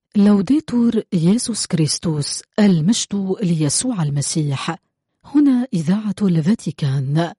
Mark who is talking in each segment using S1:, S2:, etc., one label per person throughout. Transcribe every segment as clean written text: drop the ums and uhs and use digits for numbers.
S1: لوديتور يسوع كريستوس، المجد ليسوع المسيح. هنا إذاعة الفاتيكان.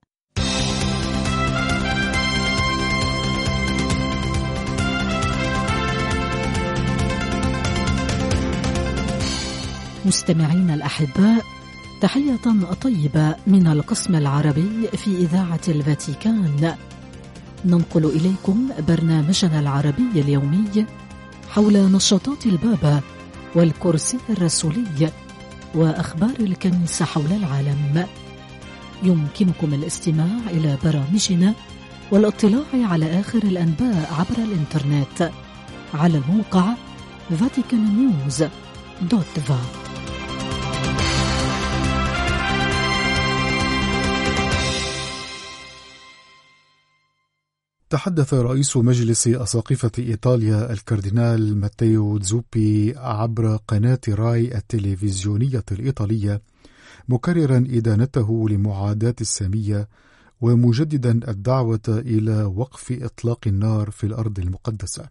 S1: مستمعين الأحباء، تحية طيبة من القسم العربي في إذاعة الفاتيكان. ننقل إليكم برنامجنا العربي اليومي حول نشاطات البابا والكرسي الرسولي وأخبار الكنيسة حول العالم. يمكنكم الاستماع إلى برامجنا والاطلاع على آخر الأنباء عبر الإنترنت على الموقع vaticannews.va.
S2: تحدث رئيس مجلس أساقفة إيطاليا الكاردينال ماتيو زوبي عبر قناة راي التلفزيونية الإيطالية، مكررا إدانته لمعاداة السامية ومجددا الدعوة إلى وقف إطلاق النار في الأرض المقدسة.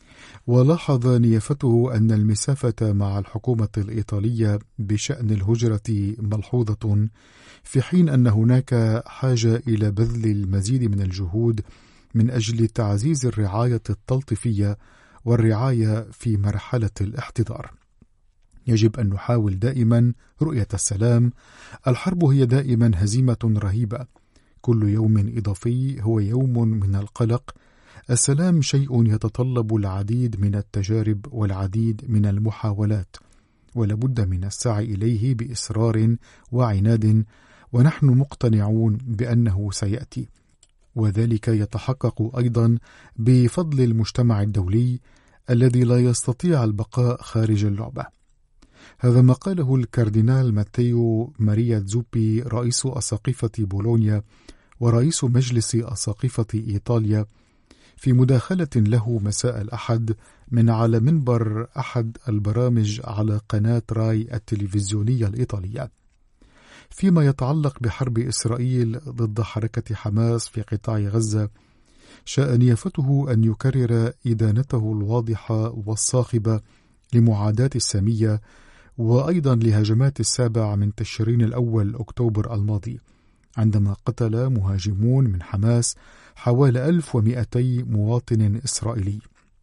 S2: ولاحظ نيافته أن المسافة مع الحكومة الإيطالية بشأن الهجرة ملحوظة، في حين أن هناك حاجة إلى بذل المزيد من الجهود من أجل تعزيز الرعاية التلطيفية والرعاية في مرحلة الاحتضار. يجب أن نحاول دائما رؤية السلام. الحرب هي دائما هزيمة رهيبة. كل يوم إضافي هو يوم من القلق. السلام شيء يتطلب العديد من التجارب والعديد من المحاولات، ولابد من السعي إليه بإصرار وعناد، ونحن مقتنعون بأنه سيأتي، وذلك يتحقق أيضا بفضل المجتمع الدولي الذي لا يستطيع البقاء خارج اللعبة. هذا ما قاله الكاردينال ماتيو ماريا زوبي، رئيس أساقفة بولونيا ورئيس مجلس أساقفة إيطاليا، في مداخلة له مساء الأحد من على منبر أحد البرامج على قناة راي التلفزيونية الإيطالية، فيما يتعلق بحرب إسرائيل ضد حركة حماس في قطاع غزة. شاء نيافته أن يكرر إدانته الواضحة والصاخبة لمعاداة السامية، وأيضا لهجمات 7 تشرين الأول أكتوبر الماضي، عندما قتل مهاجمون من حماس حوالي 1200 مواطن إسرائيلي،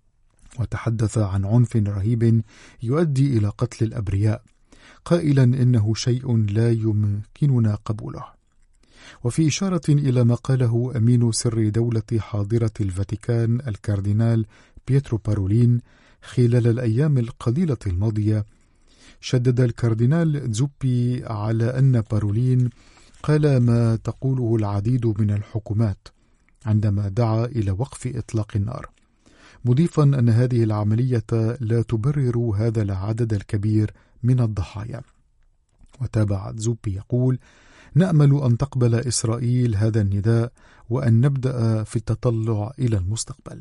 S2: وتحدث عن عنف رهيب يؤدي إلى قتل الأبرياء، قائلا إنه شيء لا يمكننا قبوله. وفي إشارة إلى ما قاله أمين سر دولة حاضرة الفاتيكان الكاردينال بيترو بارولين خلال الأيام القليلة الماضية، شدد الكاردينال زوبي على أن بارولين قال ما تقوله العديد من الحكومات عندما دعا إلى وقف إطلاق النار، مضيفا أن هذه العملية لا تبرر هذا العدد الكبير من الضحايا. وتابع زوبي يقول: نأمل أن تقبل إسرائيل هذا النداء وأن نبدأ في التطلع إلى المستقبل.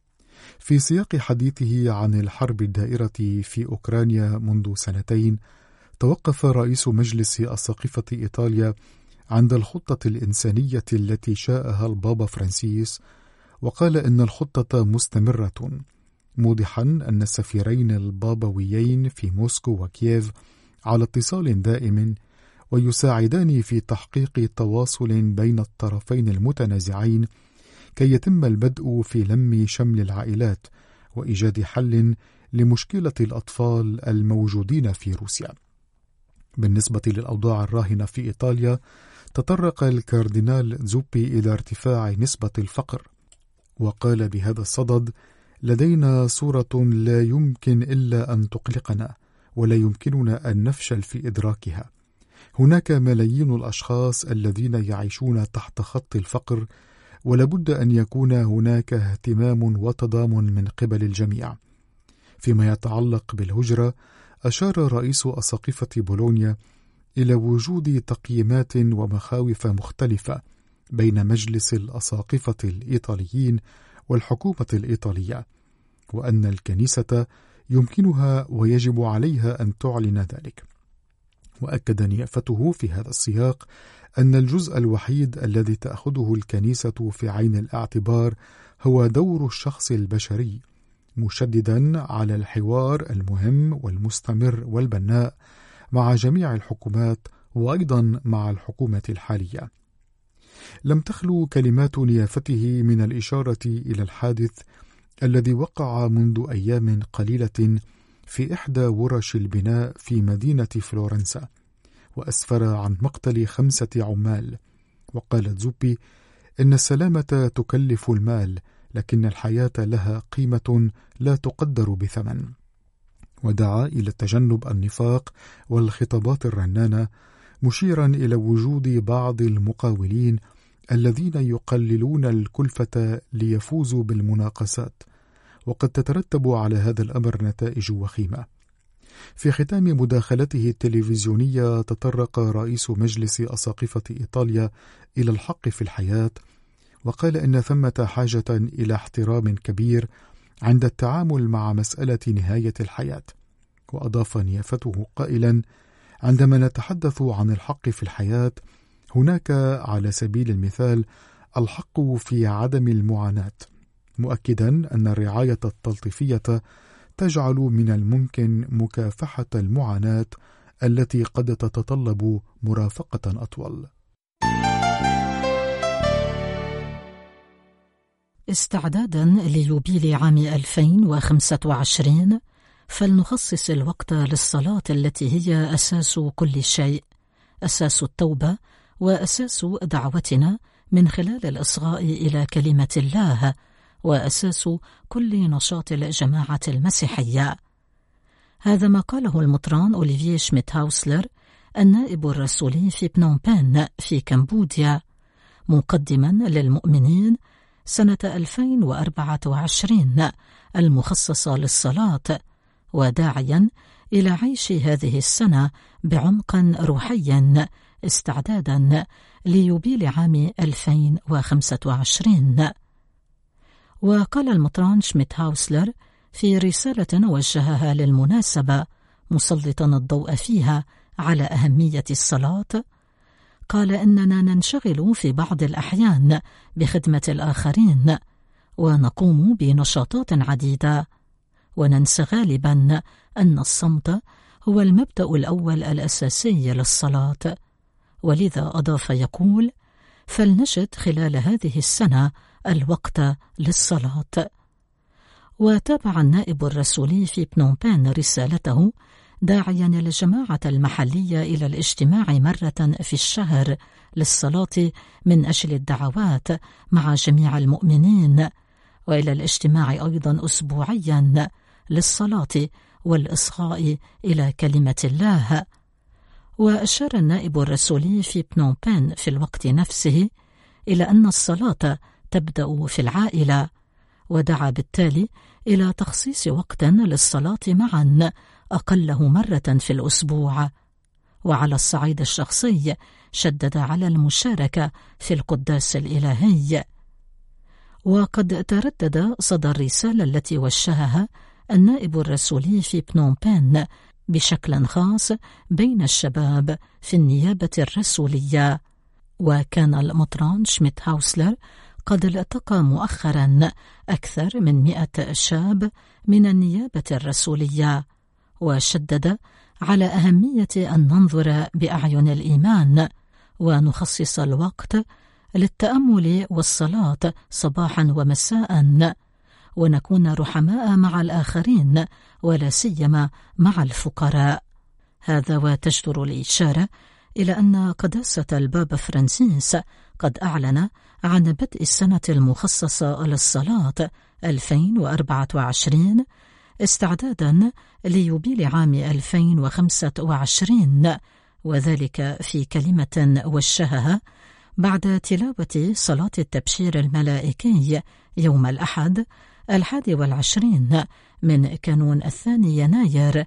S2: في سياق حديثه عن الحرب الدائرة في أوكرانيا منذ 2 توقف رئيس مجلس أساقفة إيطاليا عند الخطة الإنسانية التي شاءها البابا فرانسيس، وقال إن الخطة مستمرة، موضحا أن السفيرين البابويين في موسكو وكييف على اتصال دائم، ويساعدان في تحقيق تواصل بين الطرفين المتنازعين كي يتم البدء في لم شمل العائلات وإيجاد حل لمشكلة الأطفال الموجودين في روسيا. بالنسبة للأوضاع الراهنة في إيطاليا، تطرق الكاردينال زوبي إلى ارتفاع نسبة الفقر، وقال بهذا الصدد: لدينا صورة لا يمكن إلا أن تقلقنا، ولا يمكننا أن نفشل في إدراكها. هناك ملايين الأشخاص الذين يعيشون تحت خط الفقر، ولابد أن يكون هناك اهتمام وتضامن من قبل الجميع. فيما يتعلق بالهجرة، أشار رئيس أساقفة بولونيا إلى وجود تقييمات ومخاوف مختلفة بين مجلس الأساقفة الإيطاليين والحكومة الإيطالية، وأن الكنيسة يمكنها ويجب عليها أن تعلن ذلك. وأكد نيافته في هذا السياق أن الجزء الوحيد الذي تأخذه الكنيسة في عين الاعتبار هو دور الشخص البشري، مشددا على الحوار المهم والمستمر والبناء مع جميع الحكومات وأيضا مع الحكومة الحالية. لم تخلو كلمات نيافته من الإشارة إلى الحادث الذي وقع منذ أيام قليلة في إحدى ورش البناء في مدينة فلورنسا، وأسفر عن مقتل 5 عمال. وقالت زوبي إن السلامة تكلف المال، لكن الحياة لها قيمة لا تقدر بثمن. ودعا إلى تجنب النفاق والخطابات الرنانة، مشيرا إلى وجود بعض المقاولين الذين يقللون الكلفة ليفوزوا بالمناقصات، وقد تترتب على هذا الأمر نتائج وخيمة. في ختام مداخلته التلفزيونية تطرق رئيس مجلس أساقفة إيطاليا إلى الحق في الحياة، وقال إن ثمة حاجة إلى احترام كبير عند التعامل مع مسألة نهاية الحياة. وأضاف نيافته قائلا: عندما نتحدث عن الحق في الحياة، هناك على سبيل المثال الحق في عدم المعاناة، مؤكدا أن الرعاية التلطيفية تجعل من الممكن مكافحة المعاناة التي قد تتطلب مرافقة أطول.
S1: استعدادا ليوبيل عام 2025 فلنخصص الوقت للصلاة التي هي أساس كل شيء، أساس التوبة وأساس دعوتنا من خلال الإصغاء إلى كلمة الله، وأساس كل نشاط الجماعة المسيحية. هذا ما قاله المطران أوليفيه شميتهاوسلر النائب الرسولي في بنوم بين في كمبوديا، مقدما للمؤمنين سنة 2024 المخصصة للصلاة، وداعيا إلى عيش هذه السنة بعمق روحي استعدادا ليوبيل عام 2025. وقال المطران شميتهاوسلر في رسالة وجهها للمناسبة مسلطا الضوء فيها على أهمية الصلاة، قال إننا ننشغل في بعض الأحيان بخدمة الآخرين ونقوم بنشاطات عديدة، وننسى غالبا أن الصمت هو المبدأ الأول الأساسي للصلاة. ولذا أضاف يقول: فلنجد خلال هذه السنة الوقت للصلاة. وتابع النائب الرسولي في بنوم بين رسالته داعيا الجماعة المحلية إلى الاجتماع مرة في الشهر للصلاة من أجل الدعوات مع جميع المؤمنين، وإلى الاجتماع أيضا أسبوعيا للصلاة والإصغاء إلى كلمة الله. وأشار النائب الرسولي في بنوم بين في الوقت نفسه إلى أن الصلاة تبدأ في العائلة، ودعا بالتالي إلى تخصيص وقت للصلاة معا أقله مرة في الأسبوع. وعلى الصعيد الشخصي شدد على المشاركة في القداس الإلهي. وقد تردد صدى الرسالة التي وجهها النائب الرسولي في بنوم بين بشكل خاص بين الشباب في النيابة الرسولية. وكان المطران شميتهاوسلر قد التقى مؤخرا أكثر من 100 شاب من النيابة الرسولية، وشدد على أهمية أن ننظر بأعين الإيمان ونخصص الوقت للتأمل والصلاة صباحا ومساء، ونكون رحماء مع الآخرين ولا سيما مع الفقراء. هذا وتجدر الإشارة إلى أن قداسة البابا فرانسيس قد أعلن عن بدء السنة المخصصة للصلاة 2024 استعدادا ليوبيل عام 2025، وذلك في كلمة وجهها بعد تلاوة صلاة التبشير الملائكي يوم الأحد 21 من كانون 2 يناير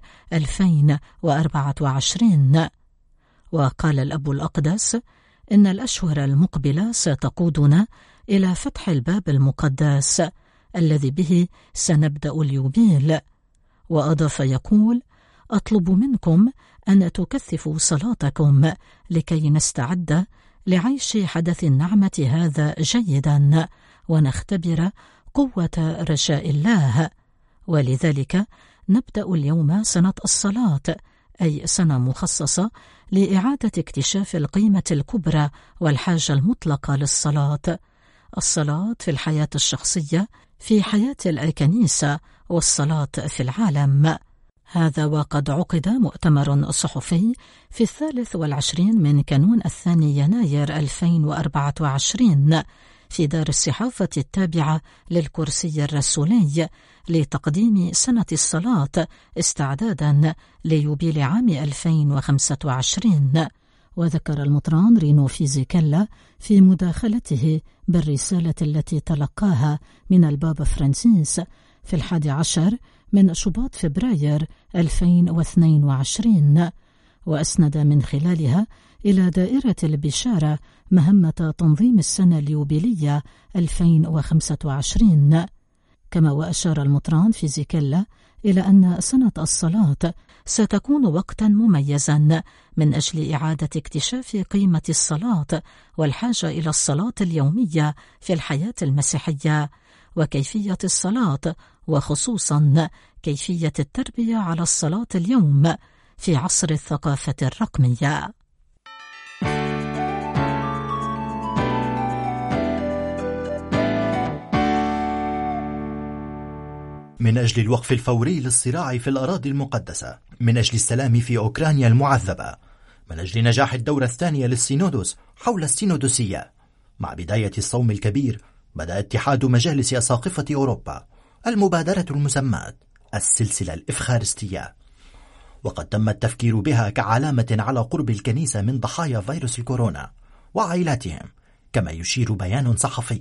S1: 2024. وقال الأب الأقدس إن الأشهر المقبلة ستقودنا إلى فتح الباب المقدس الذي به سنبدأ اليوبيل. وأضاف يقول: أطلب منكم أن تكثفوا صلاتكم لكي نستعد لعيش حدث النعمة هذا جيدا ونختبر قوة رجاء الله. ولذلك نبدأ اليوم سنة الصلاة، أي سنة مخصصة لإعادة اكتشاف القيمة الكبرى والحاجة المطلقة للصلاة. الصلاة في الحياة الشخصية، في حياة الكنيسة، والصلاة في العالم. هذا وقد عقد مؤتمر صحفي في 23 من كانون 2 يناير 2024 في دار الصحافة التابعة للكرسي الرسولي لتقديم سنة الصلاة استعدادا ليوبيل عام 2025. وذكر المطران رينو فيزيكيلا في مداخلته بالرسالة التي تلقاها من البابا فرانسيس في 11 من شباط فبراير 2022، وأسند من خلالها إلى دائرة البشارة مهمة تنظيم السنة اليوبيلية 2025. كما وأشار المطران فيزيكيلا إلى أن سنة الصلاة ستكون وقتا مميزا من أجل إعادة اكتشاف قيمة الصلاة والحاجة إلى الصلاة اليومية في الحياة المسيحية، وكيفية الصلاة، وخصوصا كيفية التربية على الصلاة اليوم في عصر الثقافة الرقمية.
S3: من أجل الوقف الفوري للصراع في الأراضي المقدسة، من أجل السلام في أوكرانيا المعذبة، من أجل نجاح الدورة الثانية للسينودوس حول السينودوسية. مع بداية الصوم الكبير بدأ اتحاد مجالس أساقفة أوروبا المبادرة المسماة السلسلة الإفخارستية، وقد تم التفكير بها كعلامة على قرب الكنيسة من ضحايا فيروس الكورونا وعائلاتهم، كما يشير بيان صحفي.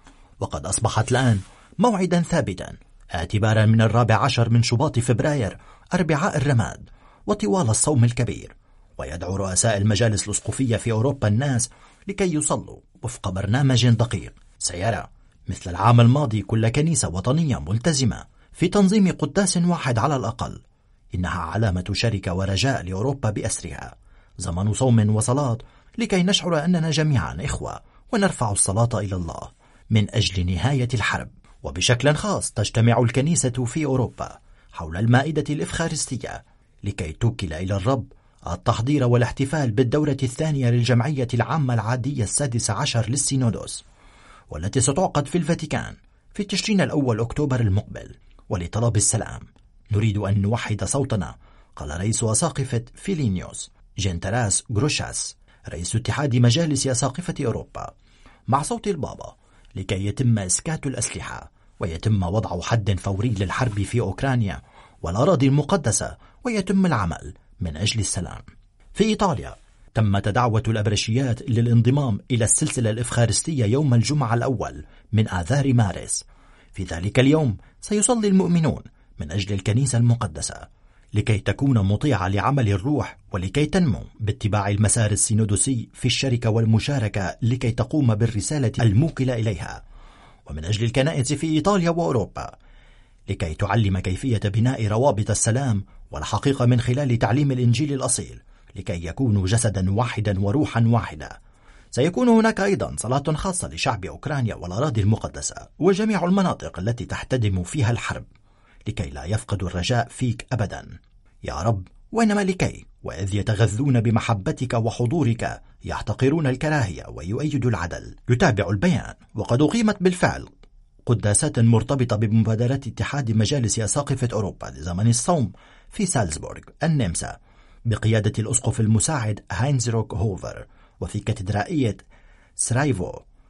S3: وقد أصبحت الآن موعدا ثابتا اعتبارا من 14 من شباط فبراير أربعاء الرماد وطوال الصوم الكبير، ويدعو رؤساء المجالس الأسقفية في أوروبا الناس لكي يصلوا وفق برنامج دقيق سيرى مثل العام الماضي كل كنيسة وطنية ملتزمة في تنظيم قداس واحد على الأقل. إنها علامة شركة ورجاء لأوروبا بأسرها، زمن صوم وصلاة لكي نشعر أننا جميعا إخوة ونرفع الصلاة إلى الله من أجل نهاية الحرب. وبشكل خاص تجتمع الكنيسة في أوروبا حول المائدة الإفخارستية لكي توكل إلى الرب التحضير والاحتفال بالدورة الثانية للجمعية العامة العادية 16 للسينودوس، والتي ستعقد في الفاتيكان في تشرين الأول أكتوبر المقبل. ولطلب السلام نريد أن نوحد صوتنا، قال رئيس أساقفة فيلينيوس جنتراس غروشاس رئيس اتحاد مجالس أساقفة أوروبا، مع صوت البابا لكي يتم إسكات الأسلحة ويتم وضع حد فوري للحرب في أوكرانيا والأراضي المقدسة، ويتم العمل من أجل السلام. في إيطاليا تم دعوة الأبرشيات للانضمام إلى السلسلة الإفخارستية يوم الجمعة الأول من آذار مارس. في ذلك اليوم سيصلي المؤمنون من أجل الكنيسة المقدسة لكي تكون مطيعة لعمل الروح، ولكي تنمو باتباع المسار السينودوسي في الشركة والمشاركة لكي تقوم بالرسالة الموكلة إليها، ومن أجل الكنائس في إيطاليا وأوروبا لكي تعلم كيفية بناء روابط السلام والحقيقة من خلال تعليم الإنجيل الأصيل لكي يكونوا جسدا واحدا وروحا واحدة. سيكون هناك أيضا صلاة خاصة لشعب أوكرانيا والأراضي المقدسة وجميع المناطق التي تحتدم فيها الحرب لكي لا يفقدوا الرجاء فيك أبدا. يا رب، وين ملكي وإذ يتغذون بمحبتك وحضورك يحتقرون الكراهية ويؤيدوا العدل. يتابع البيان. وقد أقيمت بالفعل قداسات مرتبطة بمبادرة اتحاد مجالس أساقفة أوروبا لزمن الصوم في سالزبورغ النمسا بقيادة الأسقف المساعد هاينز روك هوفر، وفي كاتدرائية سرايفو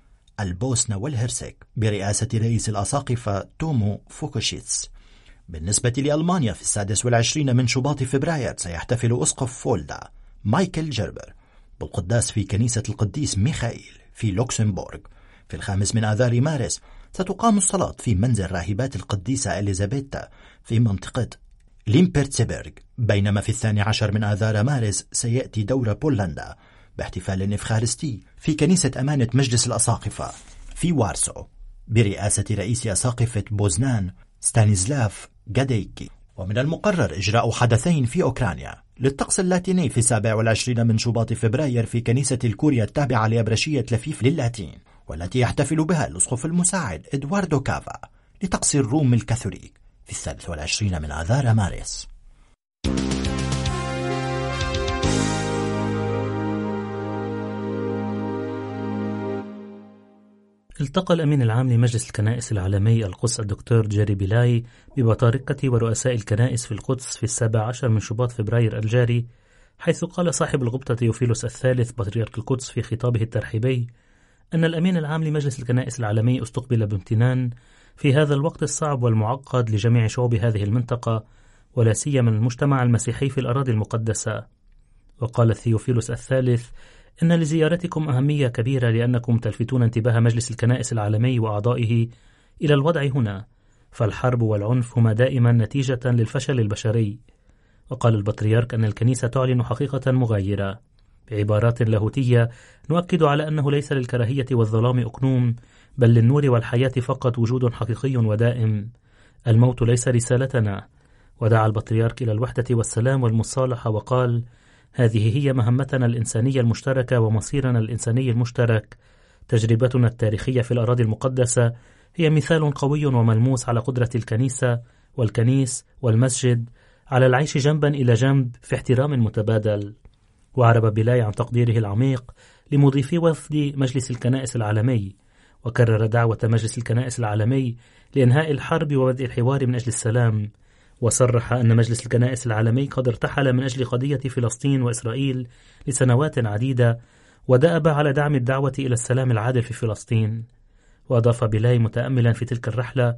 S3: البوسنة والهرسك برئاسة رئيس الأساقفة تومو فوكوشيتس. بالنسبة لألمانيا في 26 من شباط فبراير سيحتفل أسقف فولدا مايكل جربر بالقداس في كنيسة القديس ميخائيل في لوكسمبورغ. في 5 من آذار مارس ستقام الصلاة في منزل راهبات القديسة إليزابيتا في منطقة ليمبرتسبرغ، بينما في 12 من آذار مارس سيأتي دور بولندا باحتفال إفخارستي في كنيسة أمانة مجلس الأساقفة في وارسو برئاسة رئيس أساقفة بوزنان ستانيسلاف جاديكي. ومن المقرر إجراء حدثين في أوكرانيا للطقس اللاتيني في 27 من شباط فبراير في كنيسة الكوريا التابعة لأبرشية لفيف للاتين، والتي يحتفل بها الأسقف المساعد إدواردو كافا، لطقس الروم الكاثوليك في في 23 من آذار مارس.
S4: التقى الأمين العام لمجلس الكنائس العالمي القدس الدكتور جيري بيلاي ببطارقة ورؤساء الكنائس في القدس في 17 من شباط فبراير الجاري، حيث قال صاحب الغبطة تيوفيلوس الثالث بطريرك القدس في خطابه الترحيبي أن الأمين العام لمجلس الكنائس العالمي استقبل بامتنان في هذا الوقت الصعب والمعقد لجميع شعوب هذه المنطقة، ولا سيما المجتمع المسيحي في الأراضي المقدسة. وقال ثيوفيلوس الثالث إن لزيارتكم أهمية كبيرة لأنكم تلفتون انتباه مجلس الكنائس العالمي وأعضائه إلى الوضع هنا، فالحرب والعنف هما دائما نتيجة للفشل البشري. وقال البطريرك أن الكنيسة تعلن حقيقة مغايرة بعبارات لاهوتية نؤكد على أنه ليس للكراهية والظلام أكنوم، بل للنور والحياة فقط وجود حقيقي ودائم. الموت ليس رسالتنا. ودعا البطريرك إلى الوحدة والسلام والمصالحة وقال: هذه هي مهمتنا الإنسانية المشتركة ومصيرنا الإنساني المشترك. تجربتنا التاريخية في الأراضي المقدسة هي مثال قوي وملموس على قدرة الكنيسة والكنيس والمسجد على العيش جنبا إلى جنب في احترام متبادل. وعرب بيلاي عن تقديره العميق لمضيفي وفد مجلس الكنائس العالمي، وكرر دعوة مجلس الكنائس العالمي لإنهاء الحرب وبدء الحوار من أجل السلام، وصرح أن مجلس الكنائس العالمي قد ارتحل من أجل قضية فلسطين وإسرائيل لسنوات عديدة، ودأب على دعم الدعوة إلى السلام العادل في فلسطين. وأضاف بيلاي متأملا في تلك الرحلة: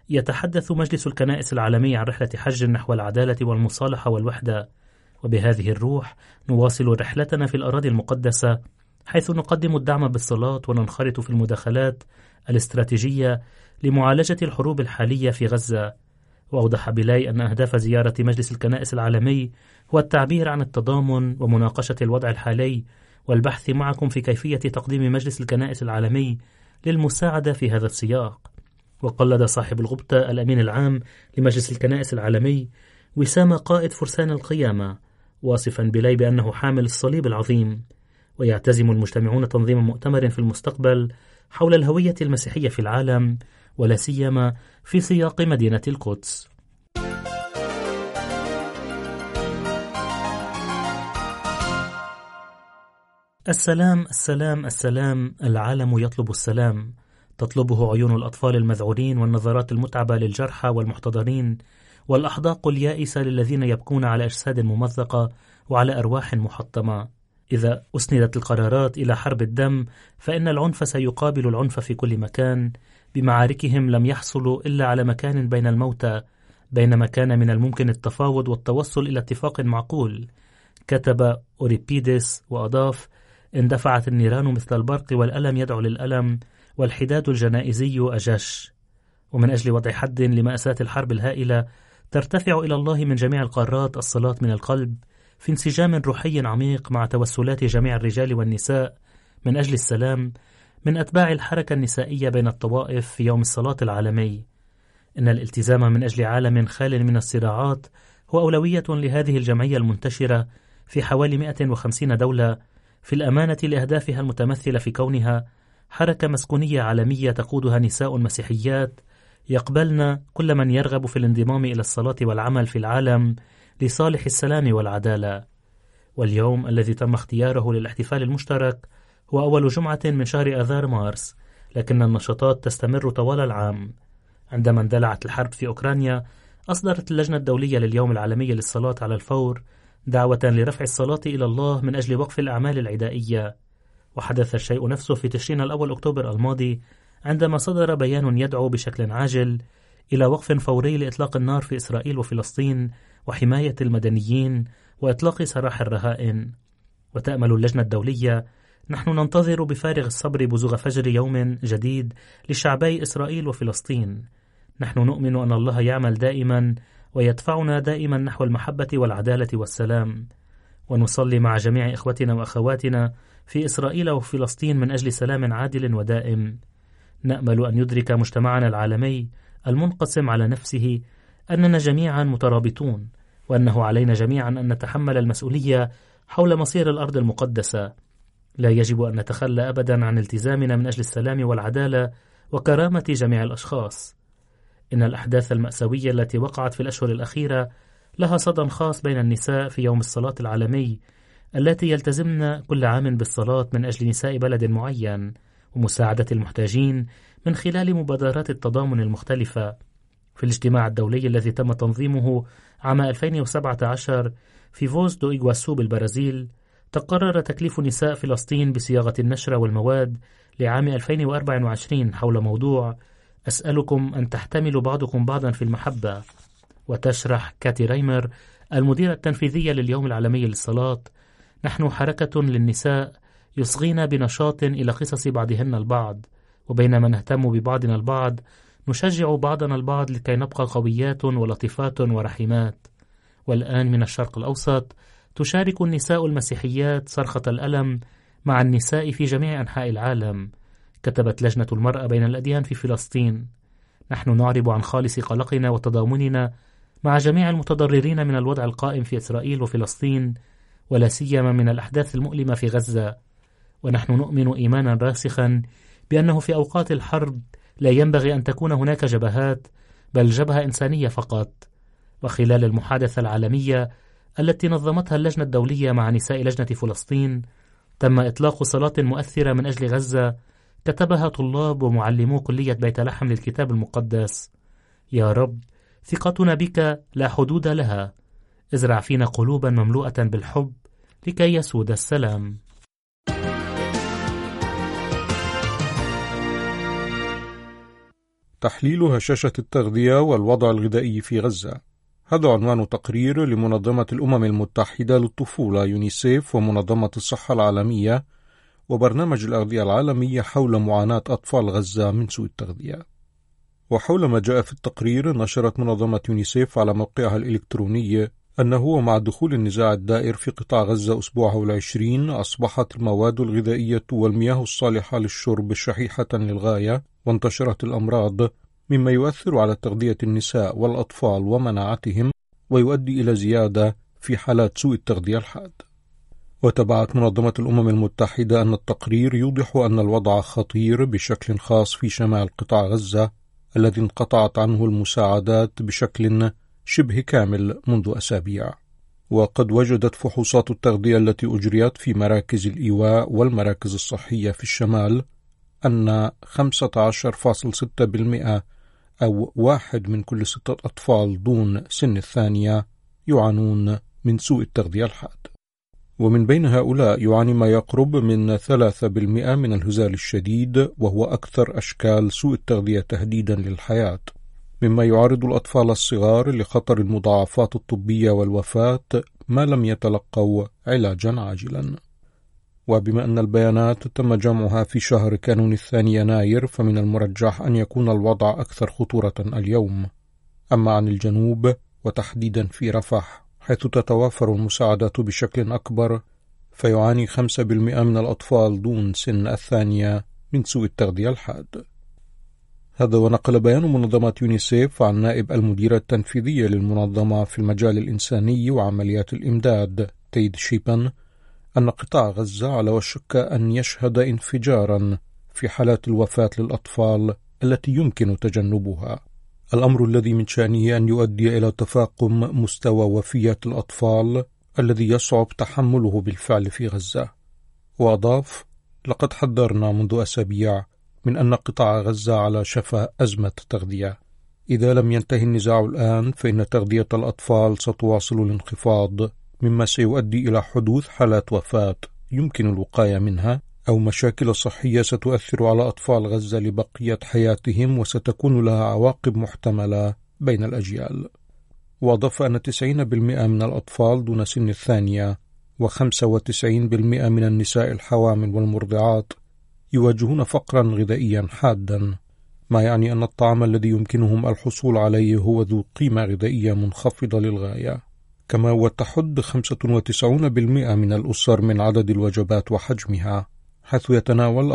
S4: يتحدث مجلس الكنائس العالمي عن رحلة حج نحو العدالة والمصالحة والوحدة، وبهذه الروح نواصل رحلتنا في الأراضي المقدسة، حيث نقدم الدعم بالصلاة وننخرط في المداخلات الاستراتيجية لمعالجة الحروب الحالية في غزة. وأوضح بيلاي أن أهداف زيارة مجلس الكنائس العالمي هو التعبير عن التضامن ومناقشة الوضع الحالي والبحث معكم في كيفية تقديم مجلس الكنائس العالمي للمساعدة في هذا السياق. وقلد صاحب الغبطة الأمين العام لمجلس الكنائس العالمي وسام قائد فرسان القيامة، واصفا بيلاي بأنه حامل الصليب العظيم. ويعتزم المجتمعون تنظيم مؤتمر في المستقبل حول الهوية المسيحية في العالم، ولا سيما في سياق مدينة القدس. السلام السلام السلام، العالم يطلب السلام، تطلبه عيون الأطفال المذعورين والنظرات المتعبة للجرحى والمحتضرين، والأحداق اليائسة للذين يبكون على أجساد ممزقة وعلى أرواح محطمة. إذا أسندت القرارات إلى حرب الدم فإن العنف سيقابل العنف في كل مكان. بمعاركهم لم يحصلوا إلا على مكان بين الموتى، بينما كان من الممكن التفاوض والتوصل إلى اتفاق معقول. كتب أوريبيدس وأضاف: اندفعت النيران مثل البرق، والألم يدعو للألم، والحداد الجنائزي أجش. ومن أجل وضع حد لمأساة الحرب الهائلة ترتفع إلى الله من جميع القارات الصلاة من القلب في انسجام روحي عميق مع توسلات جميع الرجال والنساء من أجل السلام من أتباع الحركة النسائية بين الطوائف في يوم الصلاة العالمي. إن الالتزام من أجل عالم خال من الصراعات هو أولوية لهذه الجمعية المنتشرة في حوالي 150 دولة، في الأمانة لأهدافها المتمثلة في كونها حركة مسكونية عالمية تقودها نساء مسيحيات يقبلن كل من يرغب في الانضمام إلى الصلاة والعمل في العالم لصالح السلام والعدالة. واليوم الذي تم اختياره للاحتفال المشترك هو أول جمعة من شهر آذار مارس، لكن النشاطات تستمر طوال العام. عندما اندلعت الحرب في أوكرانيا أصدرت اللجنة الدولية لليوم العالمي للصلاة على الفور دعوة لرفع الصلاة إلى الله من أجل وقف الأعمال العدائية. وحدث الشيء نفسه في تشرين الأول أكتوبر الماضي، عندما صدر بيان يدعو بشكل عاجل إلى وقف فوري لإطلاق النار في إسرائيل وفلسطين وحماية المدنيين وإطلاق سراح الرهائن. وتأمل اللجنة الدولية: نحن ننتظر بفارغ الصبر بزوغ فجر يوم جديد لشعبي إسرائيل وفلسطين. نحن نؤمن أن الله يعمل دائما ويدفعنا دائما نحو المحبة والعدالة والسلام. ونصلي مع جميع إخوتنا وأخواتنا في إسرائيل وفلسطين من أجل سلام عادل ودائم. نأمل أن يدرك مجتمعنا العالمي المنقسم على نفسه أننا جميعا مترابطون، وأنه علينا جميعا أن نتحمل المسؤولية حول مصير الأرض المقدسة. لا يجب أن نتخلى أبدا عن التزامنا من أجل السلام والعدالة وكرامة جميع الأشخاص. إن الأحداث المأساوية التي وقعت في الأشهر الأخيرة لها صدى خاص بين النساء في يوم الصلاة العالمي، التي يلتزمن كل عام بالصلاة من أجل نساء بلد معين ومساعدة المحتاجين من خلال مبادرات التضامن المختلفة. في الاجتماع الدولي الذي تم تنظيمه عام 2017 في فوز دو إيغواسو بالبرازيل، تقرر تكليف نساء فلسطين بصياغة النشرة والمواد لعام 2024 حول موضوع أسألكم أن تحتملوا بعضكم بعضا في المحبة. وتشرح كاتي رايمر المديرة التنفيذية لليوم العالمي للصلاة: نحن حركة للنساء يصغين بنشاط إلى قصص بعضهن البعض، وبينما نهتم ببعضنا البعض نشجع بعضنا البعض لكي نبقى قويات ولطيفات ورحيمات. والآن من الشرق الأوسط تشارك النساء المسيحيات صرخة الألم مع النساء في جميع أنحاء العالم. كتبت لجنة المرأة بين الأديان في فلسطين: نحن نعرب عن خالص قلقنا وتضامننا مع جميع المتضررين من الوضع القائم في إسرائيل وفلسطين، ولا سيما من الأحداث المؤلمة في غزة. ونحن نؤمن إيمانا راسخا بأنه في أوقات الحرب لا ينبغي أن تكون هناك جبهات، بل جبهة إنسانية فقط. وخلال المحادثة العالمية التي نظمتها اللجنة الدولية مع نساء لجنة فلسطين، تم إطلاق صلاة مؤثرة من أجل غزة كتبها طلاب ومعلمو كلية بيت لحم للكتاب المقدس: يا رب، ثقتنا بك لا حدود لها، ازرع فينا قلوبا مملوءة بالحب لكي يسود السلام.
S5: تحليل هشاشة التغذية والوضع الغذائي في غزة. هذا عنوان تقرير لمنظمة الأمم المتحدة للطفولة يونيسيف ومنظمة الصحة العالمية وبرنامج الأغذية العالمي حول معاناة أطفال غزة من سوء التغذية. وحول ما جاء في التقرير، نشرت منظمة يونيسيف على موقعها الإلكتروني أنه مع دخول النزاع الدائر في قطاع غزة أسبوعه 20 أصبحت المواد الغذائية والمياه الصالحة للشرب شحيحة للغاية، وانتشرت الأمراض، مما يؤثر على تغذية النساء والأطفال ومناعتهم، ويؤدي إلى زيادة في حالات سوء التغذية الحاد. وتبعت منظمة الأمم المتحدة أن التقرير يوضح أن الوضع خطير بشكل خاص في شمال قطاع غزة الذي انقطعت عنه المساعدات بشكل شبه كامل منذ أسابيع. وقد وجدت فحوصات التغذية التي أجريت في مراكز الإيواء والمراكز الصحية في الشمال أن 15.6% أو 1 من كل 6 أطفال دون سن الثانية يعانون من سوء التغذية الحاد. ومن بين هؤلاء يعاني ما يقرب من 3% من الهزال الشديد، وهو أكثر أشكال سوء التغذية تهديدا للحياة، مما يعرض الأطفال الصغار لخطر المضاعفات الطبية والوفاة ما لم يتلقوا علاجا عاجلا. وبما أن البيانات تم جمعها في شهر كانون 2 يناير، فمن المرجح أن يكون الوضع أكثر خطورة اليوم. أما عن الجنوب وتحديدا في رفح حيث تتوافر المساعدات بشكل أكبر، فيعاني 5% من الأطفال دون سن الثانية من سوء التغذية الحاد. هذا ونقل بيان منظمة يونيسيف عن نائب المديرة التنفيذية للمنظمة في المجال الإنساني وعمليات الإمداد تيد شيبان أن قطاع غزة على وشك أن يشهد انفجارا في حالات الوفاة للأطفال التي يمكن تجنبها، الأمر الذي من شأنه أن يؤدي إلى تفاقم مستوى وفيات الأطفال الذي يصعب تحمله بالفعل في غزة. وأضاف: لقد حذرنا منذ أسابيع من أن قطاع غزة على شفا أزمة تغذية. إذا لم ينتهي النزاع الآن فإن تغذية الأطفال ستواصل الانخفاض، مما سيؤدي إلى حدوث حالات وفاة يمكن الوقاية منها، أو مشاكل صحية ستؤثر على أطفال غزة لبقية حياتهم وستكون لها عواقب محتملة بين الأجيال. وأضاف أن 90% من الأطفال دون سن الثانية و95% من النساء الحوامل والمرضعات يواجهون فقرا غذائيا حادا، ما يعني أن الطعام الذي يمكنهم الحصول عليه هو ذو قيمة غذائية منخفضة للغاية. كما وتحد 95% من الأسر من عدد الوجبات وحجمها، حيث يتناول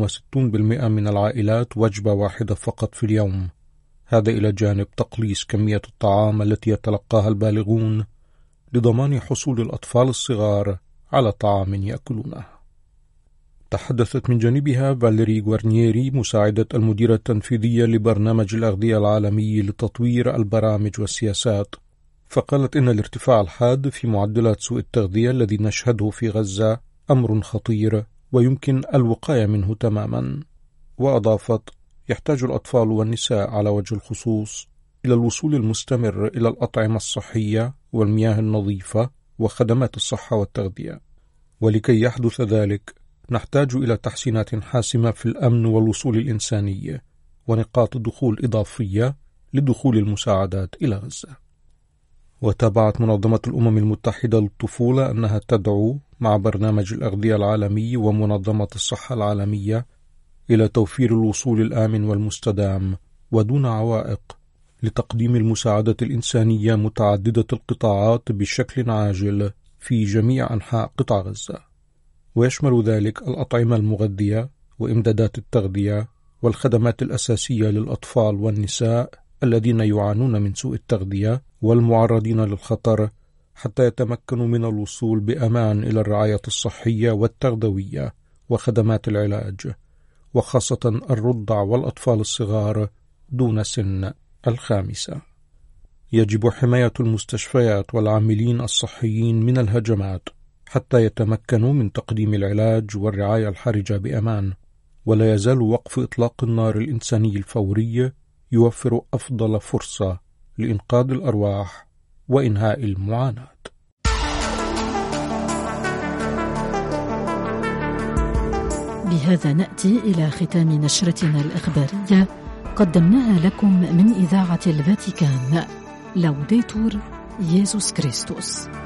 S5: 64% من العائلات وجبة واحدة فقط في اليوم، هذا إلى جانب تقليص كمية الطعام التي يتلقاها البالغون لضمان حصول الأطفال الصغار على طعام يأكلونه. تحدثت من جانبها فاليري غوارنييري مساعدة المديرة التنفيذية لبرنامج الأغذية العالمي لتطوير البرامج والسياسات، فقالت إن الارتفاع الحاد في معدلات سوء التغذية الذي نشهده في غزة أمر خطير ويمكن الوقاية منه تماما. وأضافت: يحتاج الأطفال والنساء على وجه الخصوص إلى الوصول المستمر إلى الأطعمة الصحية والمياه النظيفة وخدمات الصحة والتغذية، ولكي يحدث ذلك نحتاج إلى تحسينات حاسمة في الأمن والوصول الإنساني ونقاط دخول إضافية لدخول المساعدات إلى غزة. وتابعت منظمة الأمم المتحدة للطفولة أنها تدعو مع برنامج الأغذية العالمي ومنظمة الصحة العالمية إلى توفير الوصول الآمن والمستدام ودون عوائق لتقديم المساعدة الإنسانية متعددة القطاعات بشكل عاجل في جميع أنحاء قطاع غزة، ويشمل ذلك الأطعمة المغذية وإمدادات التغذية والخدمات الأساسية للأطفال والنساء الذين يعانون من سوء التغذية والمعرضين للخطر حتى يتمكنوا من الوصول بأمان إلى الرعاية الصحية والتغذوية وخدمات العلاج، وخاصة الرضع والأطفال الصغار دون سن 5. يجب حماية المستشفيات والعاملين الصحيين من الهجمات حتى يتمكنوا من تقديم العلاج والرعاية الحرجة بأمان، ولا يزال وقف إطلاق النار الإنساني الفوري يوفر أفضل فرصة لإنقاذ الأرواح وإنهاء المعاناة.
S1: بهذا نأتي إلى ختام نشرتنا الإخبارية، قدمناها لكم من إذاعة الفاتيكان. لوديتور يسوع كريستوس.